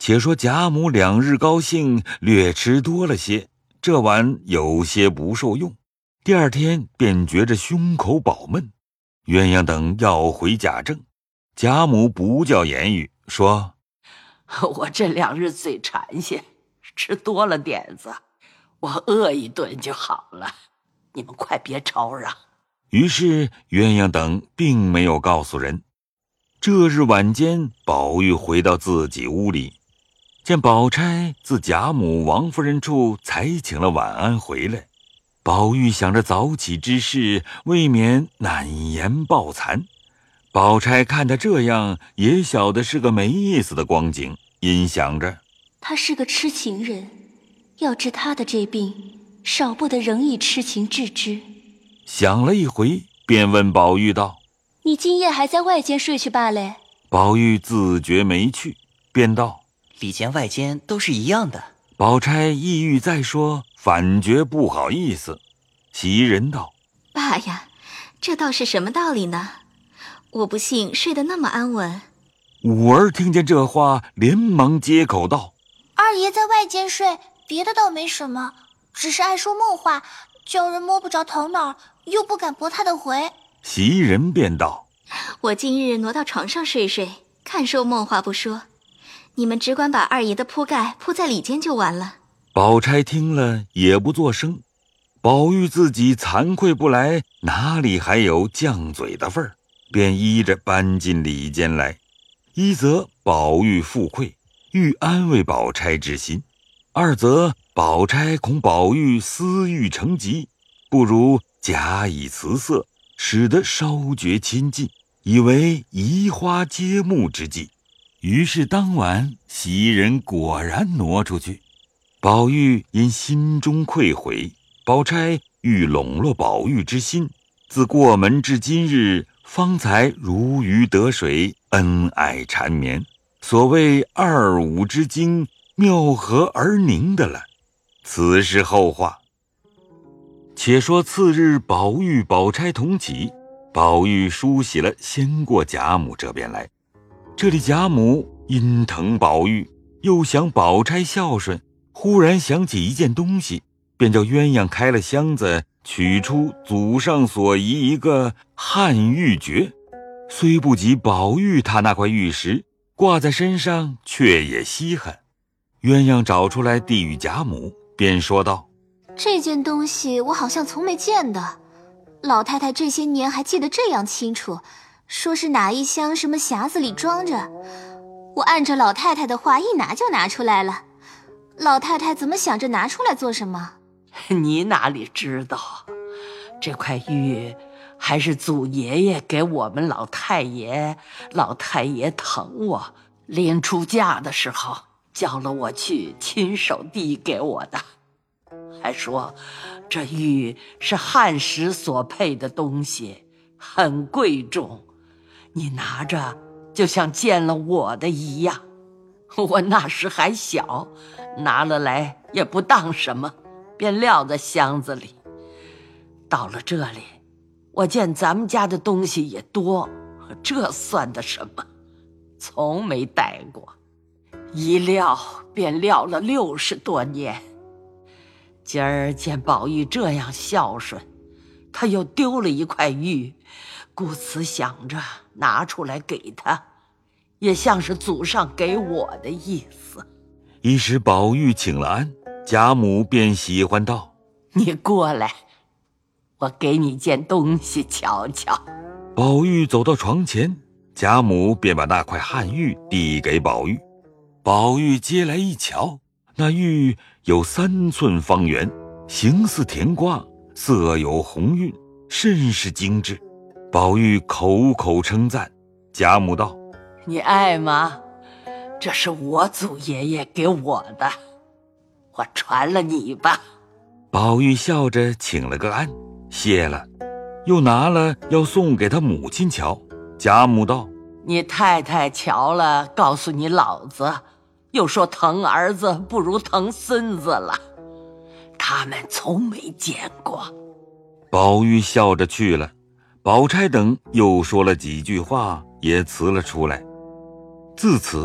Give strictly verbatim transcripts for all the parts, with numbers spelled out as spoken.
且说贾母两日高兴，略吃多了些，这晚有些不受用，第二天便觉着胸口饱闷。鸳鸯等要回贾政，贾母不叫言语，说： 我这两日嘴馋些，吃多了点子，我饿一顿就好了，你们快别吵嚷。 于是鸳鸯等并没有告诉人。这日晚间，宝玉回到自己屋里，见宝钗自贾母王夫人处才请了晚安回来。宝玉想着早起之事，未免难言抱残。宝钗看他这样，也晓得是个没意思的光景，因想着他是个痴情人，要治他的这病，少不得仍以痴情治之。 想了一回，便问宝玉道： 你今夜还在外间睡去罢了？ 宝玉自觉没趣，便道： 里间外间都是一样的。 宝钗意欲再说，反觉不好意思。袭人道： 爸呀，这倒是什么道理呢？我不信睡得那么安稳。 五儿听见这话，连忙接口道： 二爷在外间睡，别的倒没什么，只是爱说梦话，叫人摸不着头脑，又不敢驳他的回。 袭人便道： 我今日挪到床上睡睡，看说梦话不说，你们只管把二爷的铺盖铺在里间就完了。 宝钗听了也不作声。宝玉自己惭愧不来，哪里还有犟嘴的份儿，便依着搬进里间来。一则宝玉负愧，欲安慰宝钗之心；二则宝钗恐宝玉私欲成疾，不如假以辞色，使得稍觉亲近，以为移花接木之计。于是当晚袭人果然挪出去。宝玉因心中愧悔，宝钗欲笼络宝玉之心，自过门至今日，方才如鱼得水，恩爱缠绵，所谓二五之精，妙合而凝的了。此事后话。且说次日，宝玉宝钗同起，宝玉梳洗了，先过贾母这边来。这里贾母因疼宝玉，又想宝钗孝顺，忽然想起一件东西，便叫鸳鸯开了箱子，取出祖上所遗一个汉玉珏，虽不及宝玉他那块玉石，挂在身上却也稀罕。鸳鸯找出来递与贾母，便说道： 这件东西我好像从没见的，老太太这些年还记得这样清楚，说是哪一箱什么匣子里装着，我按着老太太的话一拿就拿出来了。老太太怎么想着拿出来做什么？ 你哪里知道，这块玉还是祖爷爷给我们老太爷，老太爷疼我，临出嫁的时候叫了我去亲手递给我的，还说这玉是汉时所配的东西，很贵重，你拿着就像见了我的一样。我那时还小，拿了来也不当什么，便撂在箱子里。到了这里，我见咱们家的东西也多，这算得什么？从没带过，一撂便撂了六十多年。今儿见宝玉这样孝顺，他又丢了一块玉，故此想着拿出来给他，也像是祖上给我的意思。 一时宝玉请了安，贾母便喜欢道： 你过来，我给你件东西瞧瞧。 宝玉走到床前，贾母便把那块汉玉递给宝玉。宝玉接来一瞧，那玉有三寸方圆，形似甜瓜，色有红晕，甚是精致。宝玉口口称赞。贾母道： 你爱吗？这是我祖爷爷给我的，我传了你吧。 宝玉笑着请了个安，谢了，又拿了要送给他母亲瞧。贾母道： 你太太瞧了，告诉你老子，又说疼儿子不如疼孙子了，他们从没见过。 宝玉笑着去了，宝钗等又说了几句话，也辞了出来。自此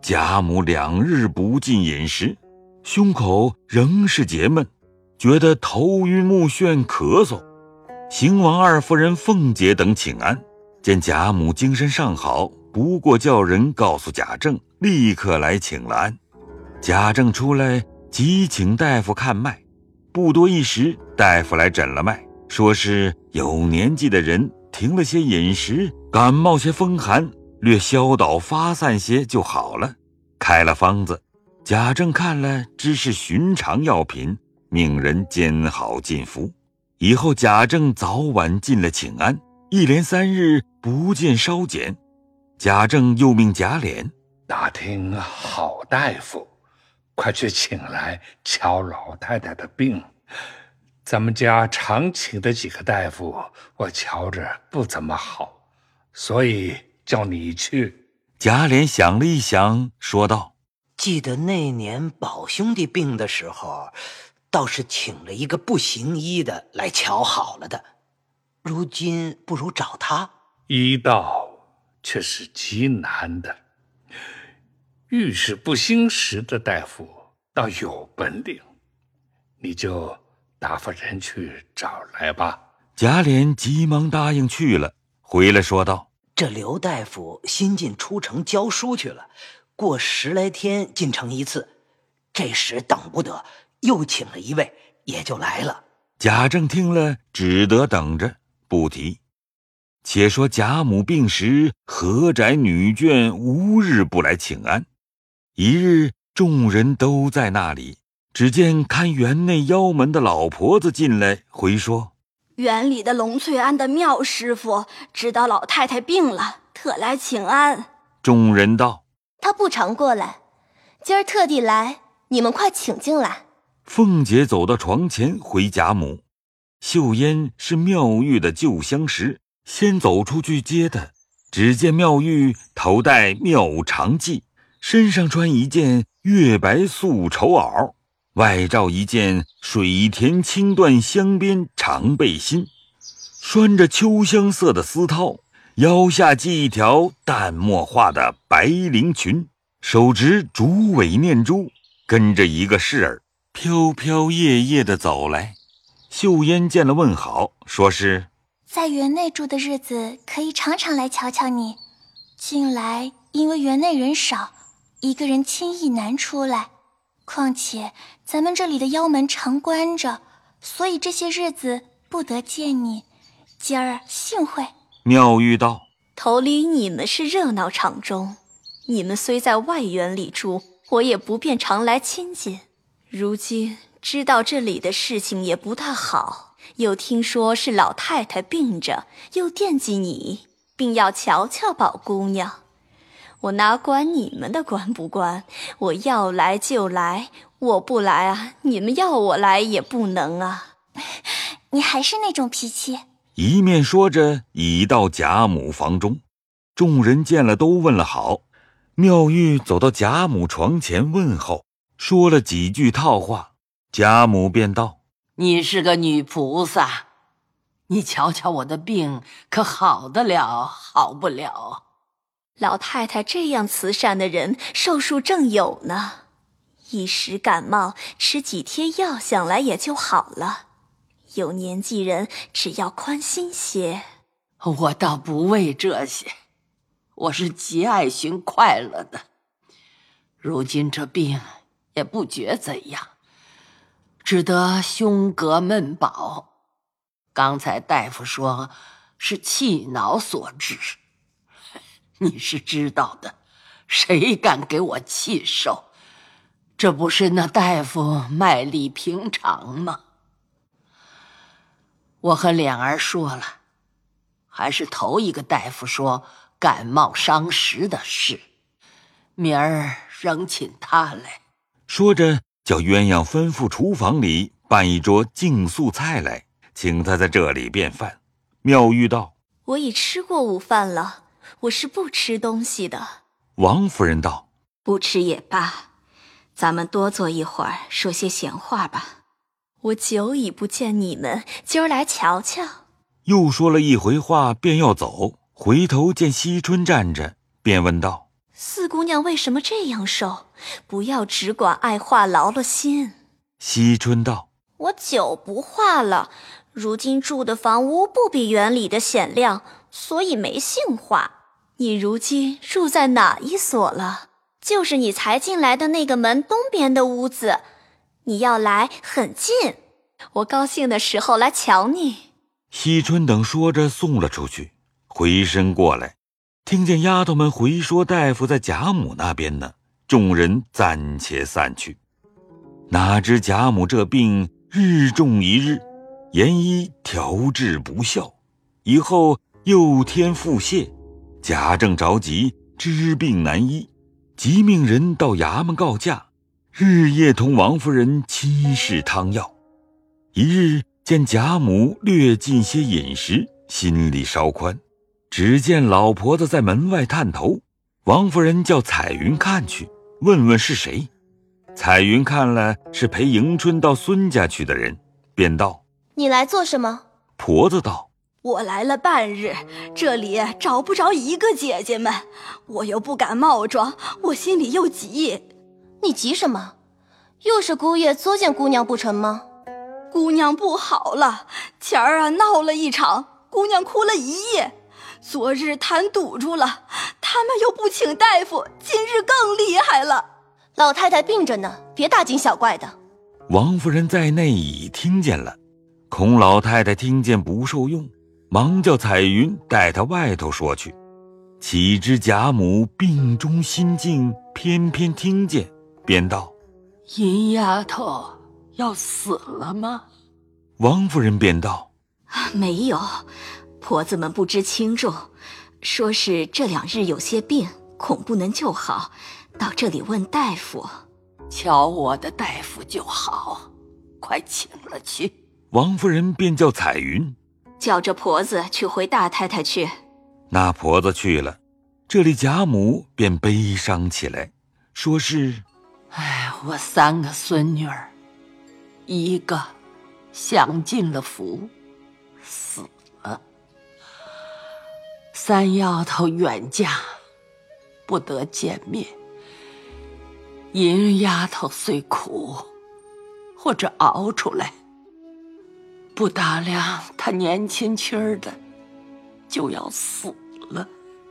贾母两日不进饮食，胸口仍是结闷，觉得头晕目眩，咳嗽。邢王二夫人、凤姐等请安，见贾母精神尚好，不过叫人告诉贾政，立刻来请了安。贾政出来急请大夫看脉，不多一时，大夫来诊了脉，说是有年纪的人停了些饮食，感冒些风寒，略消导发散些就好了，开了方子。贾政看了，知是寻常药品，命人煎好进服。以后贾政早晚进了请安，一连三日不见稍减。贾政又命贾琏打听好大夫，快去请来瞧老太太的病。咱们家常请的几个大夫，我瞧着不怎么好，所以叫你去。 贾琏想了一想，说道： 记得那年宝兄弟病的时候，倒是请了一个不行医的来瞧好了的，如今不如找他。 医道却是极难的，遇是不兴时的大夫倒有本领，你就打发人去找来吧。 贾琏急忙答应去了，回来说道： 这刘大夫新近出城教书去了，过十来天进城一次，这时等不得，又请了一位，也就来了。 贾政听了，只得等着，不提。且说贾母病时，何宅女眷无日不来请安。一日，众人都在那里，只见看园内腰门的老婆子进来，回说： 园里的龙翠庵的妙师傅知道老太太病了，特来请安。 众人道： 他不常过来，今儿特地来，你们快请进来。 凤姐走到床前回贾母，秀烟是妙玉的旧相识，先走出去接她。只见妙玉头戴妙长髻，身上穿一件月白素绸袄，外罩一件水田青缎镶边长背心，拴着秋香色的丝绦，腰下系一条淡墨画的白绫裙，手执竹尾念珠，跟着一个侍儿飘飘曳曳地走来。秀烟见了问好，说是在园内住的日子，可以常常来瞧瞧你。近来因为园内人少，一个人轻易难出来，况且咱们这里的腰门常关着，所以这些日子不得见你。今儿幸会。 妙玉道： 头里你们是热闹场中，你们虽在外园里住，我也不便常来亲近。如今知道这里的事情也不大好，又听说是老太太病着，又惦记你，并要瞧瞧宝姑娘。我哪管你们的关不关，我要来就来，我不来啊，你们要我来也不能啊。 你还是那种脾气。 一面说着，已到贾母房中。众人见了都问了好。妙玉走到贾母床前问候，说了几句套话。贾母便道： 你是个女菩萨，你瞧瞧我的病，可好得了，好不了。 老太太这样慈善的人，寿数正有呢。一时感冒，吃几贴药想来也就好了。有年纪人只要宽心些。 我倒不为这些，我是极爱寻快乐的。如今这病也不觉怎样，只得胸膈闷饱。刚才大夫说是气恼所致，你是知道的，谁敢给我气受？这不是那大夫卖力平常吗？我和脸儿说了，还是头一个大夫说感冒伤食的事，明儿仍请他来。 说着叫鸳鸯吩咐厨房里办一桌净素菜来，请他在这里便饭。妙玉道： 我已吃过午饭了，我是不吃东西的。 王夫人道： 不吃也罢，咱们多坐一会儿，说些闲话吧。我久已不见你们，今儿来瞧瞧。 又说了一回话，便要走，回头见惜春站着，便问道： 四姑娘为什么这样瘦？不要只管爱话劳了心。 惜春道： 我久不画了，如今住的房屋不比园里的显亮，所以没兴画。你如今住在哪一所了？就是你才进来的那个门东边的屋子。你要来很近，我高兴的时候来瞧你。 惜春等说着送了出去，回身过来，听见丫头们回说大夫在贾母那边呢，众人暂且散去。哪知贾母这病日重一日，延医调治不效，以后又添腹泻，贾政着急，知病难医，即命人到衙门告假，日夜同王夫人亲试汤药。一日见贾母略进些饮食，心里稍宽。只见老婆子在门外探头，王夫人叫彩云看去，问问是谁。彩云看了是陪迎春到孙家去的人，便道： 你来做什么？ 婆子道： 我来了半日，这里找不着一个姐姐们，我又不敢冒装，我心里又急。 你急什么？又是姑爷作践姑娘不成吗？ 姑娘不好了，前儿啊闹了一场，姑娘哭了一夜。昨日痰堵住了，他们又不请大夫，今日更厉害了。 老太太病着呢，别大惊小怪的。 王夫人在内已听见了，孔老太太听见不受用，忙叫彩云带她外头说去。岂知贾母病中心静，偏偏听见，便道： 银丫头要死了吗？ 王夫人便道： 没有，婆子们不知轻重，说是这两日有些病，恐不能救好，到这里问大夫。 瞧我的大夫就好，快请了去。 王夫人便叫彩云叫着婆子去回大太太去。 那婆子去了，这里贾母便悲伤起来，说是： 哎，我三个孙女儿，一个享尽了福，死了；三丫头远嫁，不得见面；银丫头虽苦，或者熬出来，不打量她年轻轻的，就要死了。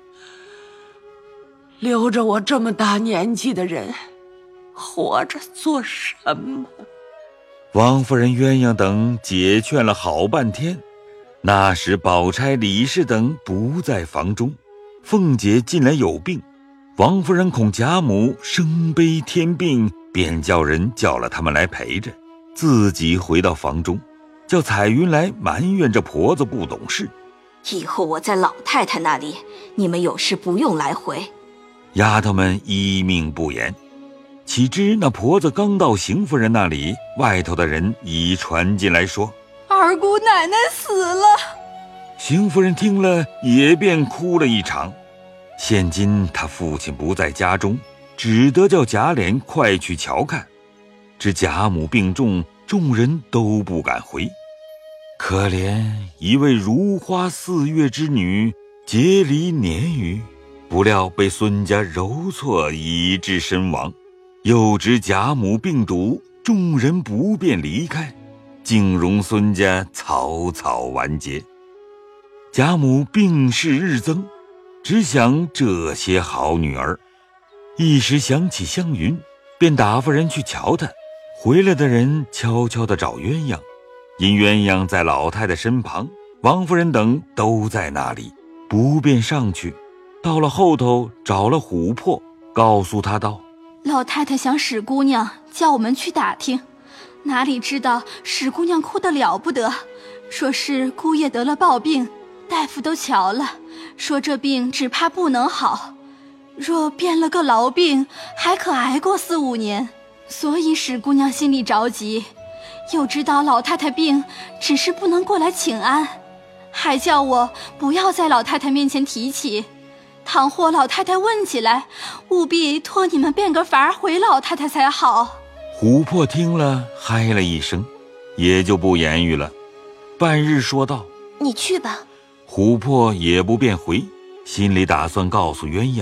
留着我这么大年纪的人，活着做什么？ 王夫人、鸳鸯等解劝了好半天。那时宝钗、李氏等不在房中，凤姐近来有病，王夫人恐贾母生悲添病，便叫人叫了他们来陪着，自己回到房中，叫彩云来埋怨这婆子不懂事。 以后我在老太太那里，你们有事不用来回。 丫头们依命不言。岂知那婆子刚到邢夫人那里，外头的人已传进来说： 二姑奶奶死了。 邢夫人听了也便哭了一场。现今她父亲不在家中，只得叫贾琏快去瞧看。知贾母病重，众人都不敢回。可怜一位如花似月之女，结离年余，不料被孙家揉搓以致身亡。又知贾母病笃，众人不便离开，竟容孙家草草完结。贾母病势日增，只想这些好女儿，一时想起湘云，便打发人去瞧她。回来的人悄悄地找鸳鸯，因鸳鸯在老太太身旁，王夫人等都在那里，不便上去。到了后头找了琥珀，告诉他道： 老太太想史姑娘叫我们去打听，哪里知道史姑娘哭得了不得，说是姑爷得了暴病，大夫都瞧了，说这病只怕不能好，若变了个痨病，还可挨过四五年，所以史姑娘心里着急。又知道老太太病，只是不能过来请安，还叫我不要在老太太面前提起。倘或老太太问起来，务必托你们变个法回老太太才好。 琥珀听了嗨了一声，也就不言语了。半日说道： 你去吧。 琥珀也不便回，心里打算告诉鸳鸯，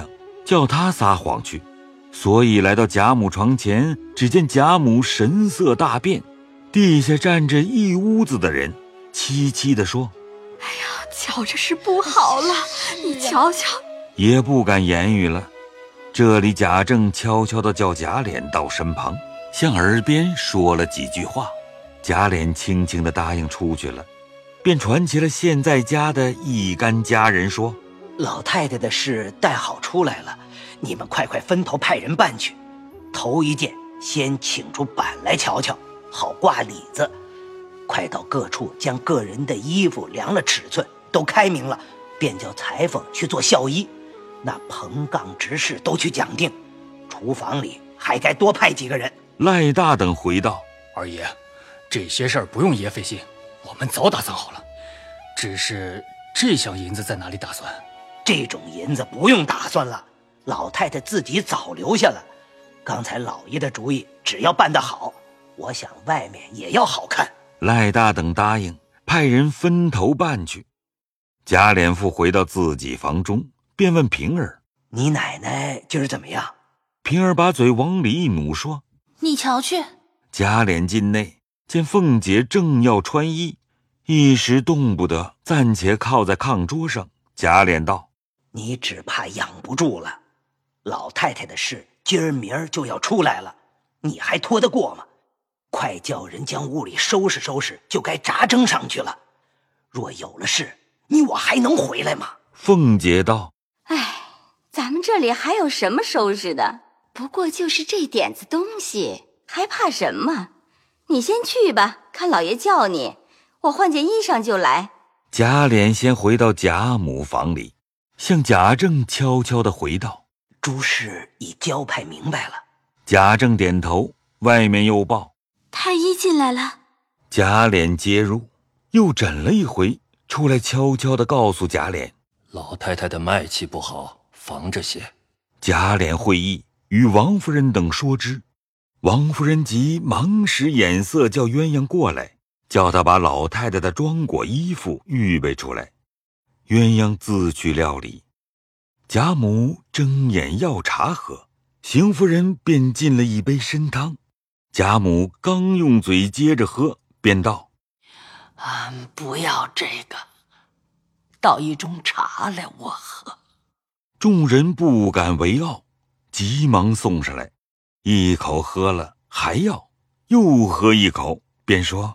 叫他撒谎去，所以来到贾母床前，只见贾母神色大变，地下站着一屋子的人，凄凄地说： 哎呀，瞧着是不好了，你瞧瞧。 也不敢言语了。这里贾政悄悄地叫贾琏到身旁，向耳边说了几句话，贾琏轻轻地答应出去了，便传齐了现在家的一干家人说： 老太太的事带好出来了，你们快快分头派人办去。头一件先请出板来瞧瞧，好挂里子。快到各处将个人的衣服量了尺寸，都开明了，便叫裁缝去做校衣。那棚杠执事都去讲定，厨房里还该多派几个人。 赖大等回道： 二爷，这些事儿不用爷费心，我们早打算好了。只是这项银子在哪里打算？ 这种银子不用打算了，老太太自己早留下了。刚才老爷的主意，只要办得好，我想外面也要好看。 赖大等答应，派人分头办去。贾琏复回到自己房中，便问平儿： 你奶奶今儿怎么样？ 平儿把嘴往里一努，说： 你瞧去。 贾琏进内，见凤姐正要穿衣，一时动不得，暂且靠在炕桌上。贾琏道： 你只怕养不住了，老太太的事今儿明儿就要出来了，你还拖得过吗？快叫人将屋里收拾收拾，就该扎针上去了。若有了事，你我还能回来吗？ 凤姐道： 哎，咱们这里还有什么收拾的？不过就是这点子东西，还怕什么？你先去吧，看老爷叫你，我换件衣裳就来。 贾琏先回到贾母房里，向贾政悄悄地回道： 诸事已交派明白了。 贾政点头，外面又报： 太医进来了。 贾琏接入，又诊了一回，出来悄悄地告诉贾琏： 老太太的脉气不好，防着些。 贾琏会意，与王夫人等说之。王夫人即忙使眼色，叫鸳鸯过来，叫他把老太太的装裹衣服预备出来。鸳鸯自去料理。贾母睁眼要茶喝，邢夫人便进了一杯参汤。贾母刚用嘴接着喝，便道： 啊，不要这个，倒一盅茶来我喝。 众人不敢为傲，急忙送上来，一口喝了，还要，又喝一口，便说：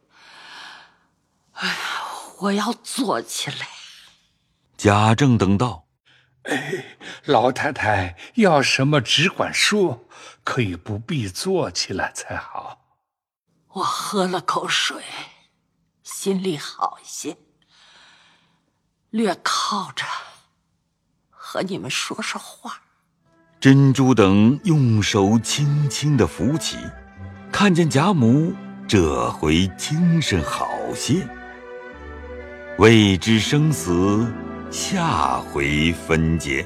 哎呀，我要坐起来。 贾政等道： 哎，老太太要什么只管说，可以不必坐起来才好。 我喝了口水，心里好些，略靠着和你们说说话。 珍珠等用手轻轻地扶起，看见贾母这回精神好些。未知生死，下回分解。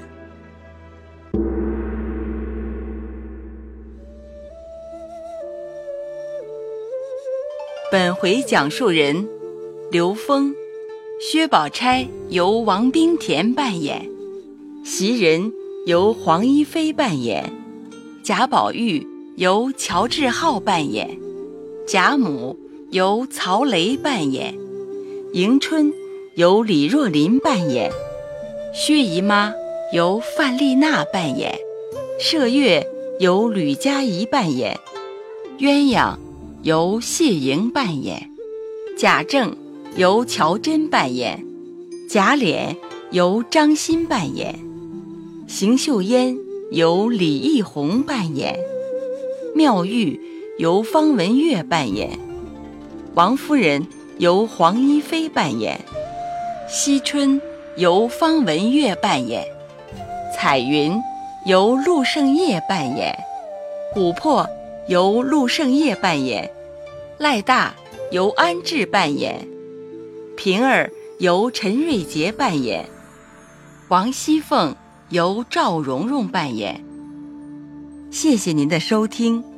本回讲述人刘峰，薛宝钗由王冰田扮演，袭人由黄一飞扮演，贾宝玉由乔志浩扮演，贾母由曹雷扮演，迎春由李若琳扮演，薛姨妈由范丽娜扮演，麝月由吕佳怡扮演，鸳鸯由谢莹扮演，贾政由乔真扮演，贾琏由张欣扮演，邢岫烟由李义红扮演，妙玉由方文月扮演，王夫人由黄一飞扮演，惜春由方文月扮演，彩云由陆胜业扮演，琥珀由陆胜业扮演，赖大由安志扮演，平儿由陈瑞杰扮演，王熙凤由赵蓉蓉扮演。谢谢您的收听。